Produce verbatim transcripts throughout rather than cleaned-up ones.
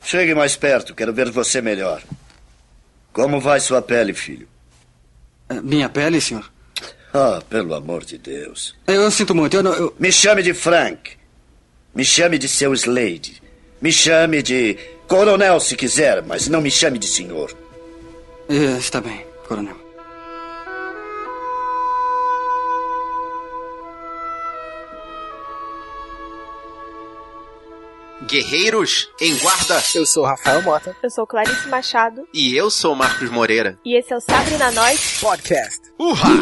Chegue mais perto, quero ver você melhor. Como vai sua pele, filho? Minha pele, senhor? Ah, pelo amor de Deus. Eu, eu sinto muito, eu não... Eu... Me chame de Frank. Me chame de seu Slade. Me chame de coronel, se quiser, mas não me chame de senhor. É, está bem, coronel. Guerreiros em guarda. Eu sou o Rafael Mota. Eu sou Clarice Machado. E eu sou o Marcos Moreira. E esse é o Sabre na Nós Podcast. Uhá!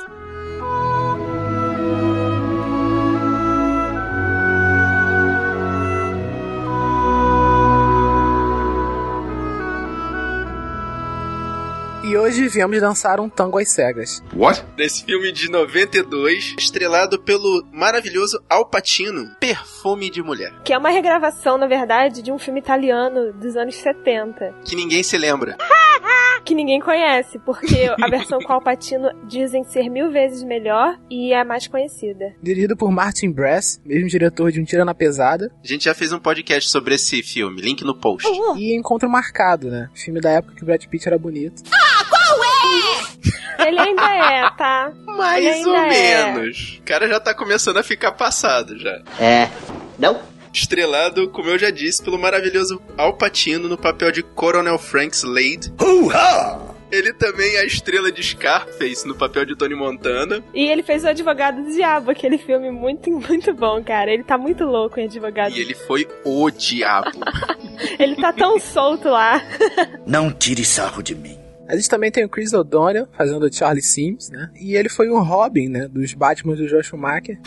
E hoje viemos dançar um tango às cegas. What? Nesse filme de noventa e dois, estrelado pelo maravilhoso Al Pacino, Perfume de Mulher. Que é uma regravação, na verdade, de um filme italiano dos anos setenta. Que ninguém se lembra. Que ninguém conhece, porque a versão com Al Pacino dizem ser mil vezes melhor e é a mais conhecida. Dirigido por Martin Brest, mesmo diretor de Um Tira na Pesada. A gente já fez um podcast sobre esse filme, link no post. Uhum. E Encontro Marcado, né? Filme da época que o Brad Pitt era bonito. Ah, qual é? Ele ainda é, tá? Mais ou é. menos. O cara já tá começando a ficar passado já. É. Não? Estrelado, como eu já disse, pelo maravilhoso Al Pacino no papel de Coronel Frank Slade. Uh-ha! Ele também é a estrela de Scarface no papel de Tony Montana. E ele fez o Advogado do Diabo, aquele filme muito, muito bom, cara. Ele tá muito louco em Advogado. E ele foi o diabo. Ele tá tão solto lá. Não tire sarro de mim. A gente também tem o Chris O'Donnell fazendo o Charlie Sims, né? E ele foi o Robin, né? Dos Batman do Joel Schumacher.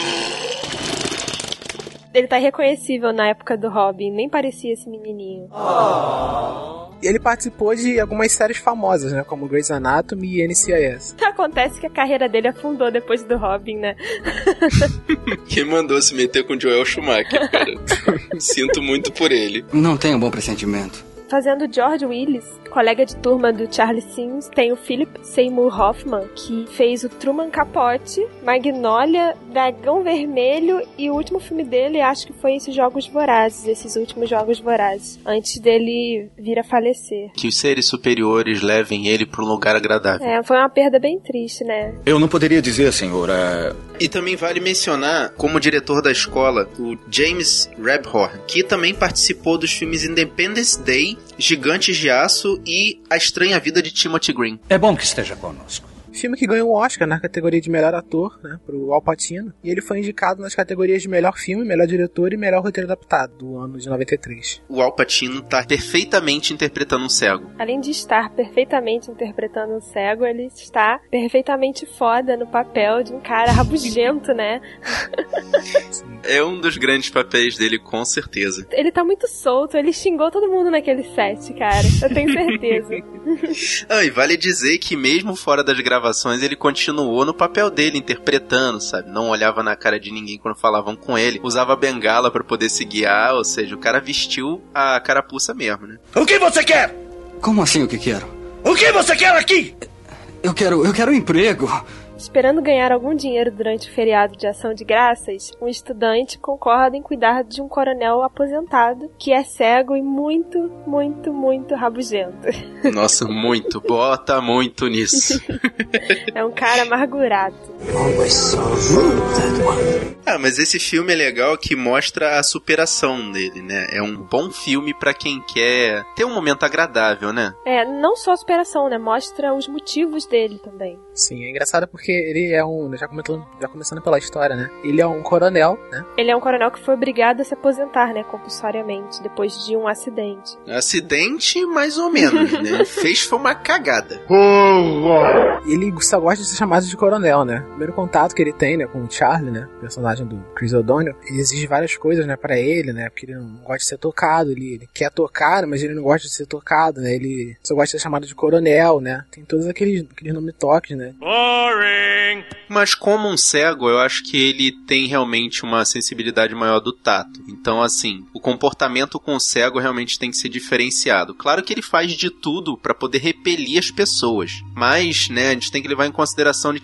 Ele tá irreconhecível na época do Robin, nem parecia esse menininho. Oh. E ele participou de algumas séries famosas, né? Como Grey's Anatomy e N C I S. Acontece que a carreira dele afundou depois do Robin, né? Quem mandou se meter com Joel Schumacher, cara? Sinto muito por ele. Não tenho um bom pressentimento. Fazendo George Willis, colega de turma do Charlie Sims, tem o Philip Seymour Hoffman, que fez o Truman Capote, Magnolia, Dragão Vermelho, e o último filme dele, acho que foi esses Jogos Vorazes, esses últimos Jogos Vorazes, antes dele vir a falecer. Que os seres superiores levem ele para um lugar agradável. É, foi uma perda bem triste, né? Eu não poderia dizer, senhor. É... E também vale mencionar, como diretor da escola, o James Rebhorn, que também participou dos filmes Independence Day, Gigantes de Aço e A Estranha Vida de Timothy Green. É bom que esteja conosco. Filme que ganhou o Oscar na categoria de melhor ator, né, pro Al Pacino, e ele foi indicado nas categorias de melhor filme, melhor diretor e melhor roteiro adaptado, do ano de noventa e três. O Al Pacino tá perfeitamente interpretando um cego. Além de estar perfeitamente interpretando um cego, ele está perfeitamente foda no papel de um cara rabugento, né? É um dos grandes papéis dele, com certeza. Ele tá muito solto, ele xingou todo mundo naquele set, cara. Eu tenho certeza. Ah, e vale dizer que mesmo fora das gravações, ele continuou no papel dele, interpretando, sabe? Não olhava na cara de ninguém quando falavam com ele. Usava bengala pra poder se guiar, ou seja, o cara vestiu a carapuça mesmo, né? O que você quer? Como assim o que quero? O que você quer aqui? Eu quero, eu quero um emprego. Esperando ganhar algum dinheiro durante o feriado de ação de graças, um estudante concorda em cuidar de um coronel aposentado que é cego e muito, muito, muito rabugento. Nossa, muito. Bota muito nisso. É um cara amargurado. Ah, mas esse filme é legal que mostra a superação dele, né? É um bom filme pra quem quer ter um momento agradável, né? É, não só a superação, né? Mostra os motivos dele também. Sim, é engraçado porque ele é um, já, comentando, já começando pela história, né? Ele é um coronel, né? Ele é um coronel que foi obrigado a se aposentar, né? Compulsoriamente, depois de um acidente. Acidente, mais ou menos, né? Fez foi uma cagada. Ele só gosta de ser chamado de coronel, né? O primeiro contato que ele tem, né, com o Charlie, né? O personagem do Chris O'Donnell, ele exige várias coisas, né, pra ele, né? Porque ele não gosta de ser tocado, ele, ele quer tocar, mas ele não gosta de ser tocado, né? Ele só gosta de ser chamado de coronel, né? Tem todos aqueles, aqueles nomes toques, né? Boring! Mas como um cego, eu acho que ele tem realmente uma sensibilidade maior do tato. Então, assim, o comportamento com o cego realmente tem que ser diferenciado. Claro que ele faz de tudo pra poder repelir as pessoas. Mas, né, a gente tem que levar em consideração de que ele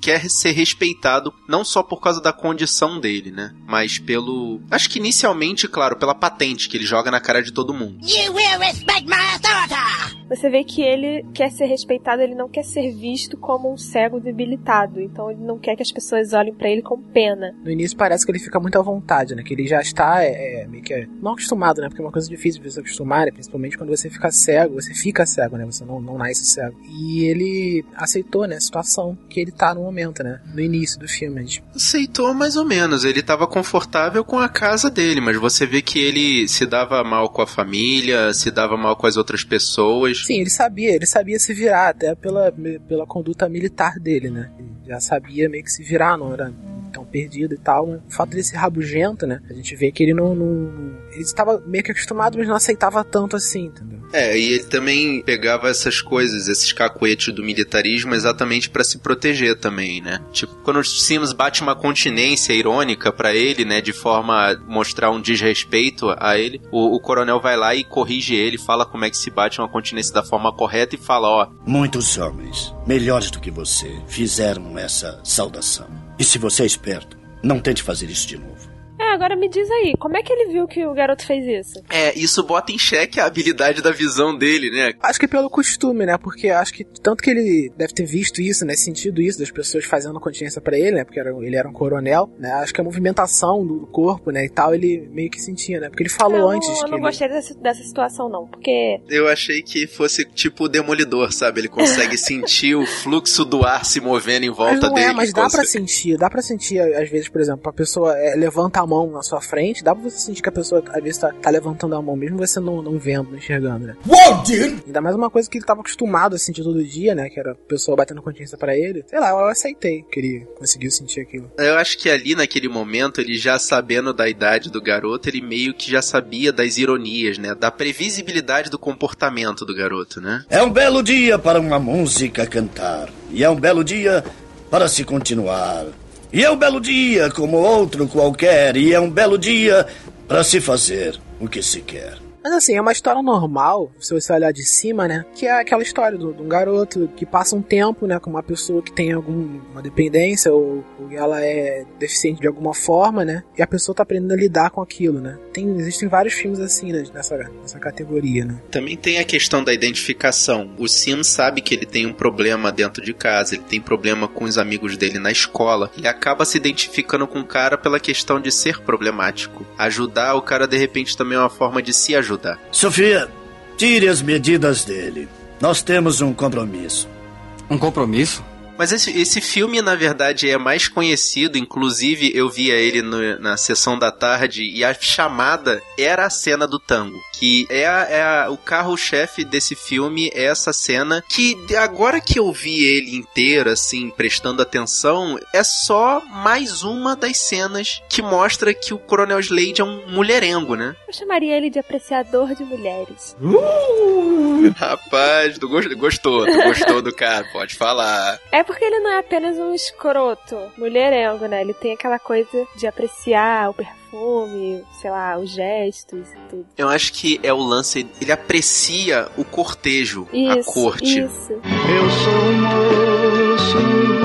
quer ser respeitado, não só por causa da condição dele, né? Mas pelo... Acho que inicialmente, claro, pela patente que ele joga na cara de todo mundo. You will respect my authority! Você vê que ele quer ser respeitado, ele não quer ser visto como um cego debilitado. Então ele não quer que as pessoas olhem pra ele com pena. No início parece que ele fica muito à vontade, né? Que ele já está é, é, meio que é, não acostumado, né? Porque é uma coisa difícil de você acostumar, né? Principalmente quando você fica cego, você fica cego, né? Você não, não nasce cego. E ele aceitou, né? A situação que ele tá no momento, né? No início do filme. Gente... Aceitou mais ou menos. Ele tava confortável com a casa dele, mas você vê que ele se dava mal com a família, se dava mal com as outras pessoas. Sim, ele sabia, ele sabia se virar, até pela, pela conduta militar dele, né? Ele já sabia meio que se virar, não era tão perdido e tal, né? O fato dele ser rabugento, né? A gente vê que ele não, não... Ele estava meio que acostumado, mas não aceitava tanto assim, entendeu? É, e ele também pegava essas coisas, esses cacuetes do militarismo exatamente pra se proteger também, né? Tipo, quando o Sims bate uma continência irônica pra ele, né? De forma a mostrar um desrespeito a ele, o, o coronel vai lá e corrige ele, fala como é que se bate uma continência da forma correta e fala, ó... Muitos homens, melhores do que você, fizeram essa saudação. E se você é esperto, não tente fazer isso de novo. É, agora me diz aí, como é que ele viu que o garoto fez isso? É, isso bota em xeque a habilidade da visão dele, né? Acho que pelo costume, né? Porque acho que tanto que ele deve ter visto isso, né? Sentido isso das pessoas fazendo continência pra ele, né? Porque era, ele era um coronel, né? Acho que a movimentação do corpo, né? E tal, ele meio que sentia, né? Porque ele falou eu antes não, que Eu não ele... gostei dessa, dessa situação, não. Porque... Eu achei que fosse tipo o Demolidor, sabe? Ele consegue sentir o fluxo do ar se movendo em volta mas não dele. É, mas dá consegue... pra sentir. Dá pra sentir, às vezes, por exemplo, a pessoa é, levanta a mão na sua frente, dá pra você sentir que a pessoa às vezes tá, tá levantando a mão, mesmo você não, não vendo, não enxergando, né? What, dude? Ainda mais uma coisa que ele tava acostumado a sentir todo dia, né? Que era a pessoa batendo consciência pra ele. Sei lá, eu aceitei que ele conseguiu sentir aquilo. Eu acho que ali naquele momento, ele já sabendo da idade do garoto, ele meio que já sabia das ironias, né? Da previsibilidade do comportamento do garoto, né? É um belo dia para uma música cantar. E é um belo dia para se continuar. E é um belo dia como outro qualquer, e é um belo dia para se fazer o que se quer. Mas assim, é uma história normal, se você olhar de cima, né? Que é aquela história de um garoto que passa um tempo, né? Com uma pessoa que tem alguma dependência ou, ou ela é deficiente de alguma forma, né? E a pessoa tá aprendendo a lidar com aquilo, né? Tem, existem vários filmes assim, né? Nessa, nessa categoria, né? Também tem a questão da identificação. O Sim sabe que ele tem um problema dentro de casa, ele tem problema com os amigos dele na escola. Ele acaba se identificando com o cara pela questão de ser problemático. Ajudar o cara, de repente, também é uma forma de se ajudar. Sofia, tire as medidas dele. Nós temos um compromisso. Um compromisso? Mas esse, esse filme, na verdade, é mais conhecido. Inclusive, eu via ele no, na sessão da tarde e a chamada era a cena do tango. Que é, a, é a, o carro-chefe desse filme, é essa cena que, agora que eu vi ele inteiro, assim, prestando atenção, é só mais uma das cenas que mostra que o Coronel Slade é um mulherengo, né? Eu chamaria ele de apreciador de mulheres. Uh! Rapaz, tu gostou, tu gostou do cara, pode falar. É porque ele não é apenas um escroto mulherengo, né? Ele tem aquela coisa de apreciar o perfume, sei lá, os gestos e tudo. Eu acho que é o lance, ele aprecia o cortejo, isso, a corte. Isso. Eu sou um moço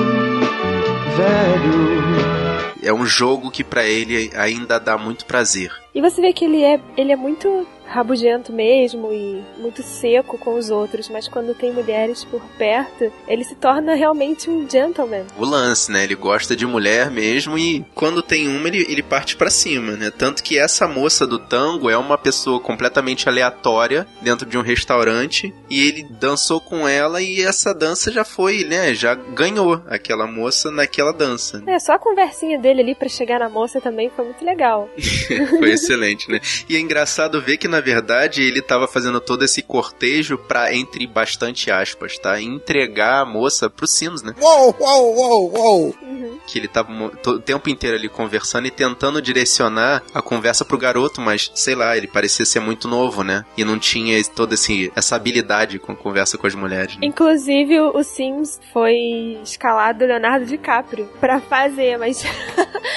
velho. É um jogo que pra ele ainda dá muito prazer. E você vê que ele é, ele é muito rabugento mesmo e muito seco com os outros, mas quando tem mulheres por perto, ele se torna realmente um gentleman. O lance, né? Ele gosta de mulher mesmo e quando tem uma, ele, ele parte pra cima, né? Tanto que essa moça do tango é uma pessoa completamente aleatória dentro de um restaurante e ele dançou com ela e essa dança já foi, né? Já ganhou aquela moça naquela dança. É, só a conversinha dele ali pra chegar na moça também foi muito legal. Foi excelente, né? E é engraçado ver que na verdade ele tava fazendo todo esse cortejo pra, entre bastante aspas, tá? Entregar a moça pro Sims, né? Uou, uou, uou, uou! Uhum. Que ele tava o tempo inteiro ali conversando e tentando direcionar a conversa pro garoto, mas, sei lá, ele parecia ser muito novo, né? E não tinha toda esse, essa habilidade com conversa com as mulheres, né? Inclusive, o Sims foi escalado Leonardo DiCaprio pra fazer, mas...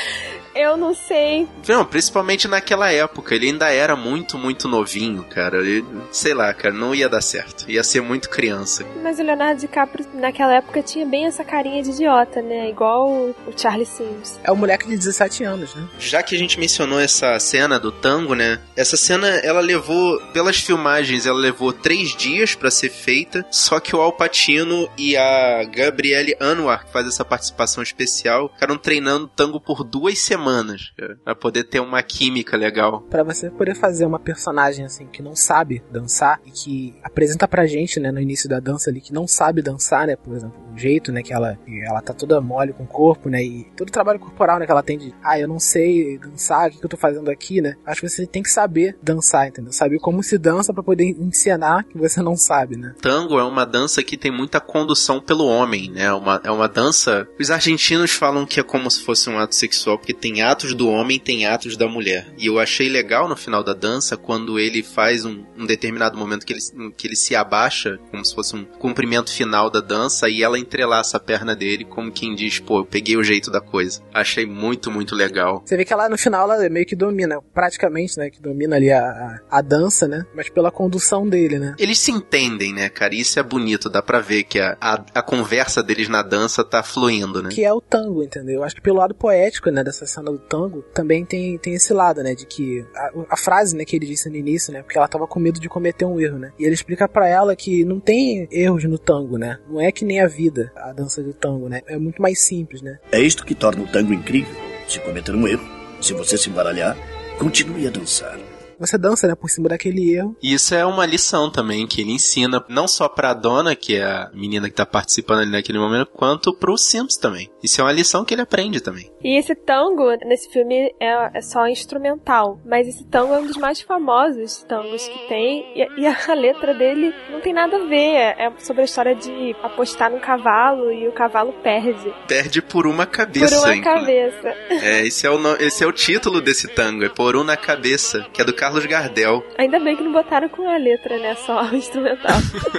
Eu não sei. Não, principalmente naquela época. Ele ainda era muito, muito novinho, cara. Ele, sei lá, cara, não ia dar certo. Ia ser muito criança. Mas o Leonardo DiCaprio, naquela época, tinha bem essa carinha de idiota, né? Igual o Charlie Sims. É um moleque de dezessete anos, né? Já que a gente mencionou essa cena do tango, né? Essa cena, ela levou, pelas filmagens, ela levou três dias pra ser feita. Só que o Al Pacino e a Gabrielle Anwar, que faz essa participação especial, ficaram treinando tango por duas semanas, cara, pra poder ter uma química legal. Pra você poder fazer uma personagem, assim, que não sabe dançar e que apresenta pra gente, né, no início da dança ali, que não sabe dançar, né, por exemplo, o jeito, né, que ela, ela tá toda mole com o corpo, né, e todo o trabalho corporal, né, que ela tem de, ah, eu não sei dançar, o que, que eu tô fazendo aqui, né, acho que você tem que saber dançar, entendeu? Saber como se dança pra poder ensinar que você não sabe, né. Tango é uma dança que tem muita condução pelo homem, né, uma, é uma dança, os argentinos falam que é como se fosse um ato sexual, porque tem atos do homem, tem atos da mulher, e eu achei legal no final da dança, quando ele faz um, um determinado momento que ele, que ele se abaixa, como se fosse um cumprimento final da dança, e ela entrelaça a perna dele, como quem diz, pô, eu peguei o jeito da coisa. Achei muito, muito legal. Você vê que ela, no final, ela meio que domina, praticamente, né, que domina ali a, a, a dança, né, mas pela condução dele, né. Eles se entendem, né, cara, isso é bonito, dá pra ver que a, a, a conversa deles na dança tá fluindo, né. Que é o tango, entendeu? Eu acho que pelo lado poético, né, dessa cena do tango, também tem, tem esse lado, né, de que a, a frase, né, que ele disse no início, né, porque ela tava com medo de cometer um erro, né, e ele explica pra ela que não tem erros no tango, né, não é que nem a vida, a dança do tango, né, é muito mais simples, né. É isto que torna o tango incrível. Se cometer um erro, se você se embaralhar, continue a dançar. Você dança, né, por cima daquele erro. E isso é uma lição também, que ele ensina não só pra Donna, que é a menina que tá participando ali naquele momento, quanto pro Sims também. Isso é uma lição que ele aprende também. E esse tango, nesse filme, é, é só instrumental. Mas esse tango é um dos mais famosos tangos que tem. E, e a letra dele não tem nada a ver. É sobre a história de apostar num cavalo e o cavalo perde. Perde por uma cabeça. Por uma inclusive. cabeça. É, esse é, o no... esse é o título desse tango. É Por Uma Cabeça, que é do Carlos Gardel. Ainda bem que não botaram com a letra, né? Só o instrumental.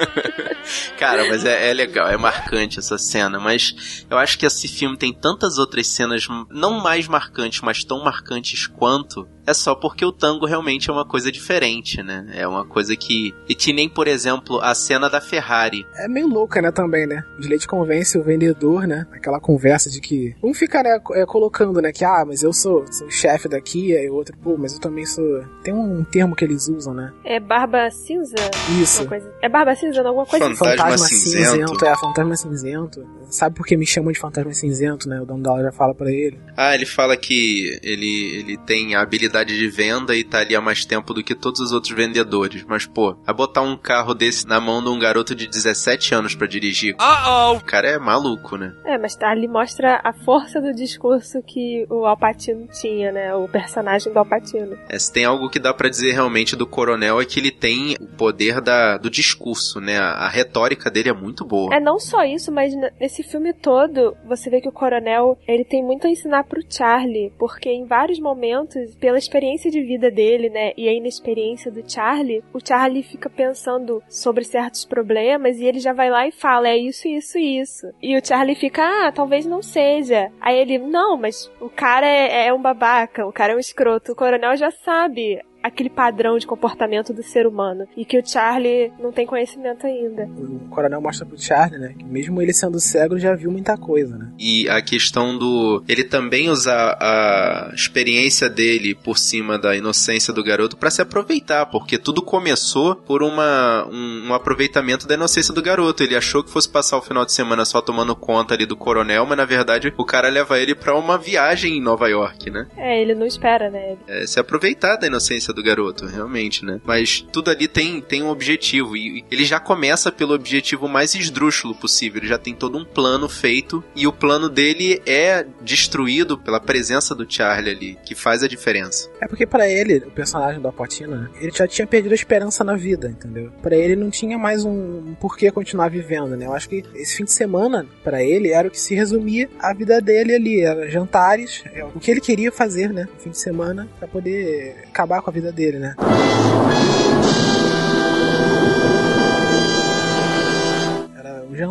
Cara, mas é, é legal, é marcante essa cena. Mas eu acho que esse filme tem tantas outras cenas, não mais marcantes, mas tão marcantes quanto. É só porque o tango realmente é uma coisa diferente, né? É uma coisa que... E que nem, por exemplo, a cena da Ferrari. É meio louca, né, também, né? O Slade convence o vendedor, né? Aquela conversa de que... Um fica, né, colocando, né? Que, ah, mas eu sou, sou o chefe daqui. Aí o outro, pô, mas eu também sou... Tem um termo que eles usam, né? É barba cinza? Isso. Coisa... É barba cinza, alguma coisa? Fantasma, fantasma cinzento. cinzento. É, fantasma cinzento. Sabe por que me chamam de fantasma cinzento, né? O dono da loja já fala pra ele. Ah, ele fala que ele, ele tem a habilidade de venda e tá ali há mais tempo do que todos os outros vendedores. Mas, pô, a botar um carro desse na mão de um garoto de dezessete anos pra dirigir, uh-oh. O cara é maluco, né? É, mas tá, ali mostra a força do discurso que o Al Pacino tinha, né? O personagem do Al Pacino. É, se tem algo que dá pra dizer realmente do Coronel é que ele tem o poder da, do discurso, né? A, a retórica dele é muito boa. É, não só isso, mas nesse filme todo, você vê que o Coronel, ele tem muito a ensinar pro Charlie, porque em vários momentos, pela experiência de vida dele, né, e a inexperiência do Charlie, o Charlie fica pensando sobre certos problemas e ele já vai lá e fala, é isso, isso e isso. E o Charlie fica, ah, talvez não seja. Aí ele, não, mas o cara é, é um babaca, o cara é um escroto. O Coronel já sabe aquele padrão de comportamento do ser humano. E que o Charlie não tem conhecimento ainda. O Coronel mostra pro Charlie, né, que mesmo ele sendo cego, já viu muita coisa, né. E a questão do... ele também usar a experiência dele por cima da inocência do garoto pra se aproveitar, porque tudo começou por uma, um, um aproveitamento da inocência do garoto. Ele achou que fosse passar o final de semana só tomando conta ali do Coronel, mas na verdade o cara leva ele pra uma viagem em Nova York, né. É, ele não espera, né. É, se aproveitar da inocência do garoto, realmente, né? Mas tudo ali tem, tem um objetivo, e ele já começa pelo objetivo mais esdrúxulo possível, ele já tem todo um plano feito, e o plano dele é destruído pela presença do Charlie ali, que faz a diferença. É porque pra ele, o personagem do Al Pacino, né, ele já tinha perdido a esperança na vida, entendeu? Pra ele não tinha mais um, um porquê continuar vivendo, né? Eu acho que esse fim de semana, pra ele, era o que se resumia a vida dele ali, era jantares, é o que ele queria fazer, né, no fim de semana, pra poder acabar com a vida dele, né? Era um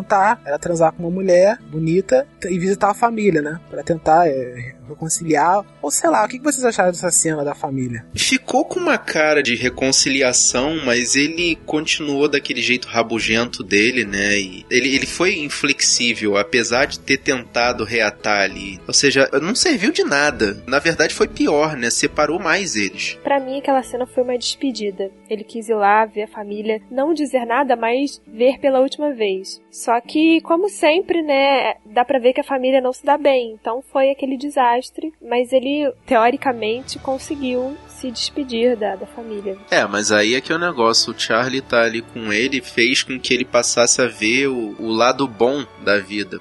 tentar era transar com uma mulher bonita e visitar a família, né? Pra tentar é, reconciliar. Ou sei lá, o que vocês acharam dessa cena da família? Ficou com uma cara de reconciliação, mas ele continuou daquele jeito rabugento dele, né? E ele, ele foi inflexível, apesar de ter tentado reatar ali. Ou seja, não serviu de nada. Na verdade foi pior, né? Separou mais eles. Pra mim, aquela cena foi uma despedida. Ele quis ir lá, ver a família, não dizer nada, mas ver pela última vez. Só que, como sempre, né, dá pra ver que a família não se dá bem. Então foi aquele desastre, mas ele, teoricamente, conseguiu se despedir da, da família. É, mas aí é que é o negócio. O Charlie tá ali com ele, fez com que ele passasse a ver o, o lado bom da vida.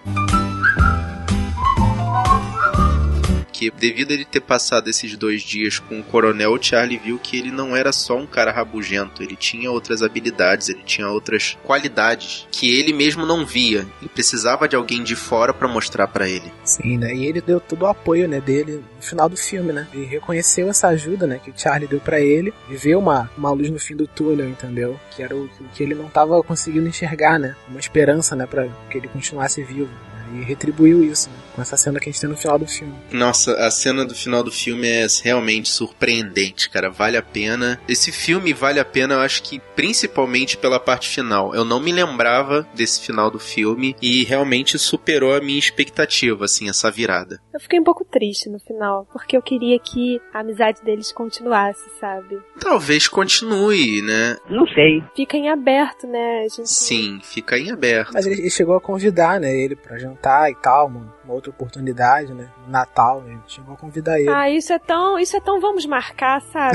Que devido a ele ter passado esses dois dias com o coronel, o Charlie viu que ele não era só um cara rabugento, ele tinha outras habilidades, ele tinha outras qualidades que ele mesmo não via. Ele precisava de alguém de fora pra mostrar pra ele. Sim, né? E ele deu todo o apoio, né, dele no final do filme, né? Ele reconheceu essa ajuda, né, que o Charlie deu pra ele, e viu uma, uma luz no fim do túnel, entendeu? Que era o que ele não tava conseguindo enxergar, né? Uma esperança, né, pra que ele continuasse vivo. E retribuiu isso, né? Com essa cena que a gente tem no final do filme. Nossa, a cena do final do filme é realmente surpreendente, cara. Vale a pena. Esse filme vale a pena, eu acho que principalmente pela parte final. Eu não me lembrava desse final do filme e realmente superou a minha expectativa, assim, essa virada. Eu fiquei um pouco triste no final, porque eu queria que a amizade deles continuasse, sabe? Talvez continue, né? Não sei. Fica em aberto, né? A gente... Sim, fica em aberto. Mas ele, ele chegou a convidar, né, ele pra jantar e tal, uma, uma outra oportunidade, né? No Natal, né? Ele chegou a convidar ele. Ah, isso é tão, isso é tão vamos marcar, sabe?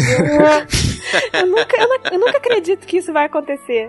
Eu, eu, nunca, eu, não, eu nunca acredito que isso vai acontecer.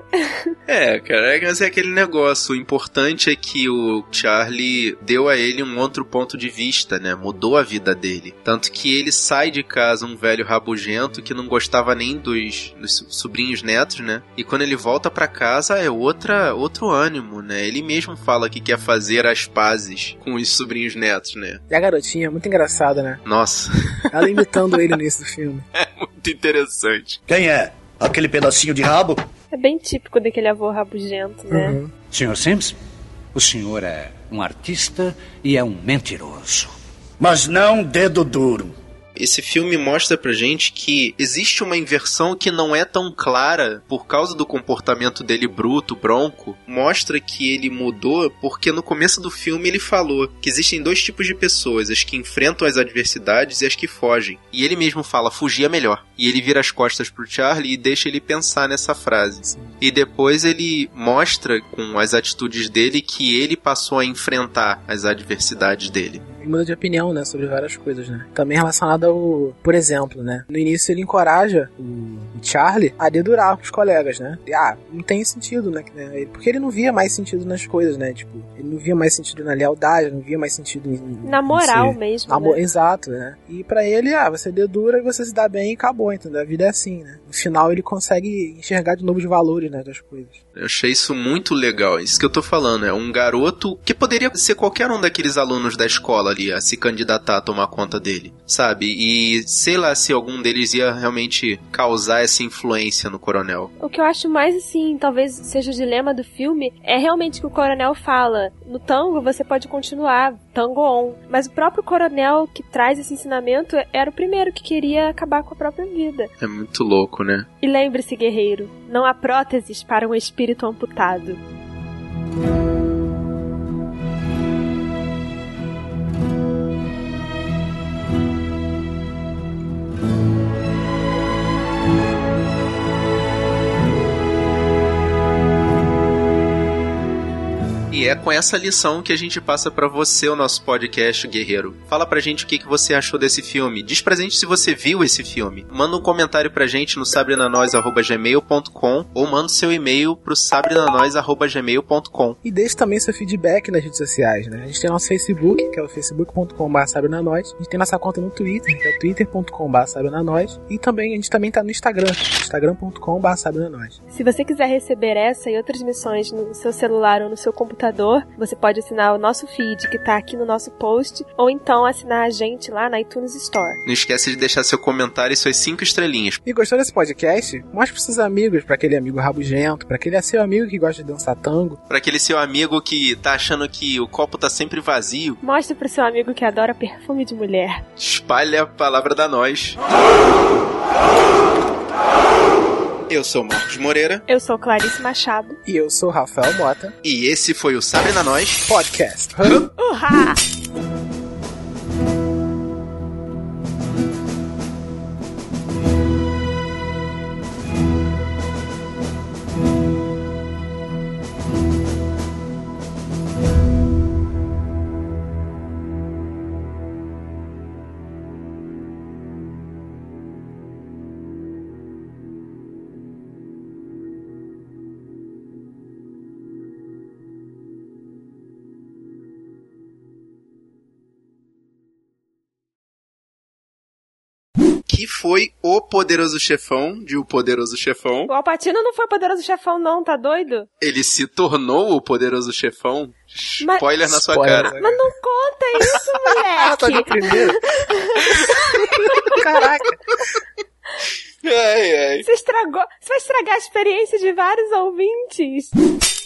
É, cara, mas é aquele negócio. O importante é que o Charlie deu a ele um outro ponto de vista, né? Mudou a vida dele. Tanto que ele sai de casa um velho rabugento que não gostava nem dos, dos sobrinhos netos, né? E quando ele volta pra casa é outra, outro ânimo, né? Ele mesmo fala que quer fazer as pazes com os sobrinhos netos, né? E a garotinha, muito engraçada, né? Nossa. Ela imitando ele nesse filme. É muito interessante. Quem é? Aquele pedacinho de rabo? É bem típico daquele avô rabugento, né? Uhum. senhor Sims, o senhor é um artista e é um mentiroso. Mas não dedo duro. Esse filme mostra pra gente que existe uma inversão que não é tão clara por causa do comportamento dele bruto, bronco. Mostra que ele mudou porque no começo do filme ele falou que existem dois tipos de pessoas, as que enfrentam as adversidades e as que fogem. E ele mesmo fala, fugir é melhor. E ele vira as costas pro Charlie e deixa ele pensar nessa frase. Sim. E depois ele mostra com as atitudes dele que ele passou a enfrentar as adversidades dele. Ele muda de opinião, né, sobre várias coisas, né? Também relacionado ao, por exemplo, né, no início ele encoraja o Charlie a dedurar os colegas, né? E, ah, não tem sentido, né? Porque ele não via mais sentido nas coisas, né? Tipo, ele não via mais sentido na lealdade, não via mais sentido em... Na moral em mesmo, na, né? Exato, né? E pra ele, ah, você dedura e você se dá bem e acabou, entendeu? A vida é assim, né? No final ele consegue enxergar de novo os valores, né, das coisas. Eu achei isso muito legal. Isso que eu tô falando, é um garoto que poderia ser qualquer um daqueles alunos da escola ali, a se candidatar a tomar conta dele, sabe? E sei lá se algum deles ia realmente causar essa influência no coronel. O que eu acho mais, assim, talvez seja o dilema do filme, é realmente que o coronel fala, no tango você pode continuar, tango on. Mas o próprio coronel que traz esse ensinamento era o primeiro que queria acabar com a própria vida. É muito louco, né? E lembre-se, guerreiro, não há próteses para um espírito amputado. E é com essa lição que a gente passa pra você o nosso podcast, guerreiro. Fala pra gente o que, que você achou desse filme. Diz pra gente se você viu esse filme. Manda um comentário pra gente no sabrenanois arroba gmail ponto com ou manda o seu e-mail pro sabrenanois arroba gmail ponto com. E deixe também seu feedback nas redes sociais, né? A gente tem nosso Facebook, que é o facebook ponto com barra sabrenanois. A gente tem nossa conta no Twitter, que é o twitter ponto com barra sabrenanois. E também a gente também tá no Instagram, instagram ponto com barra sabrenanois. Se você quiser receber essa e outras missões no seu celular ou no seu computador, computador, você pode assinar o nosso feed que tá aqui no nosso post, ou então assinar a gente lá na iTunes Store. Não esquece de deixar seu comentário e suas cinco estrelinhas. E gostou desse podcast? Mostre pros seus amigos, pra aquele amigo rabugento, pra aquele seu amigo que gosta de dançar tango. Pra aquele seu amigo que tá achando que o copo tá sempre vazio. Mostre pro seu amigo que adora perfume de mulher. Espalhe a palavra da nós. Eu sou Marcos Moreira. Eu sou Clarice Machado. E eu sou Rafael Mota. E esse foi o Sabre na Nós Podcast. Uhá! Que foi o Poderoso Chefão de O Poderoso Chefão. O Al Pacino não foi o Poderoso Chefão não, tá doido? Ele se tornou o Poderoso Chefão. Spoiler Mas... na sua Spoiler. cara. Mas não conta isso, moleque! Tá de primeiro. Caraca. Ai, ai. Você estragou... Você vai estragar a experiência de vários ouvintes.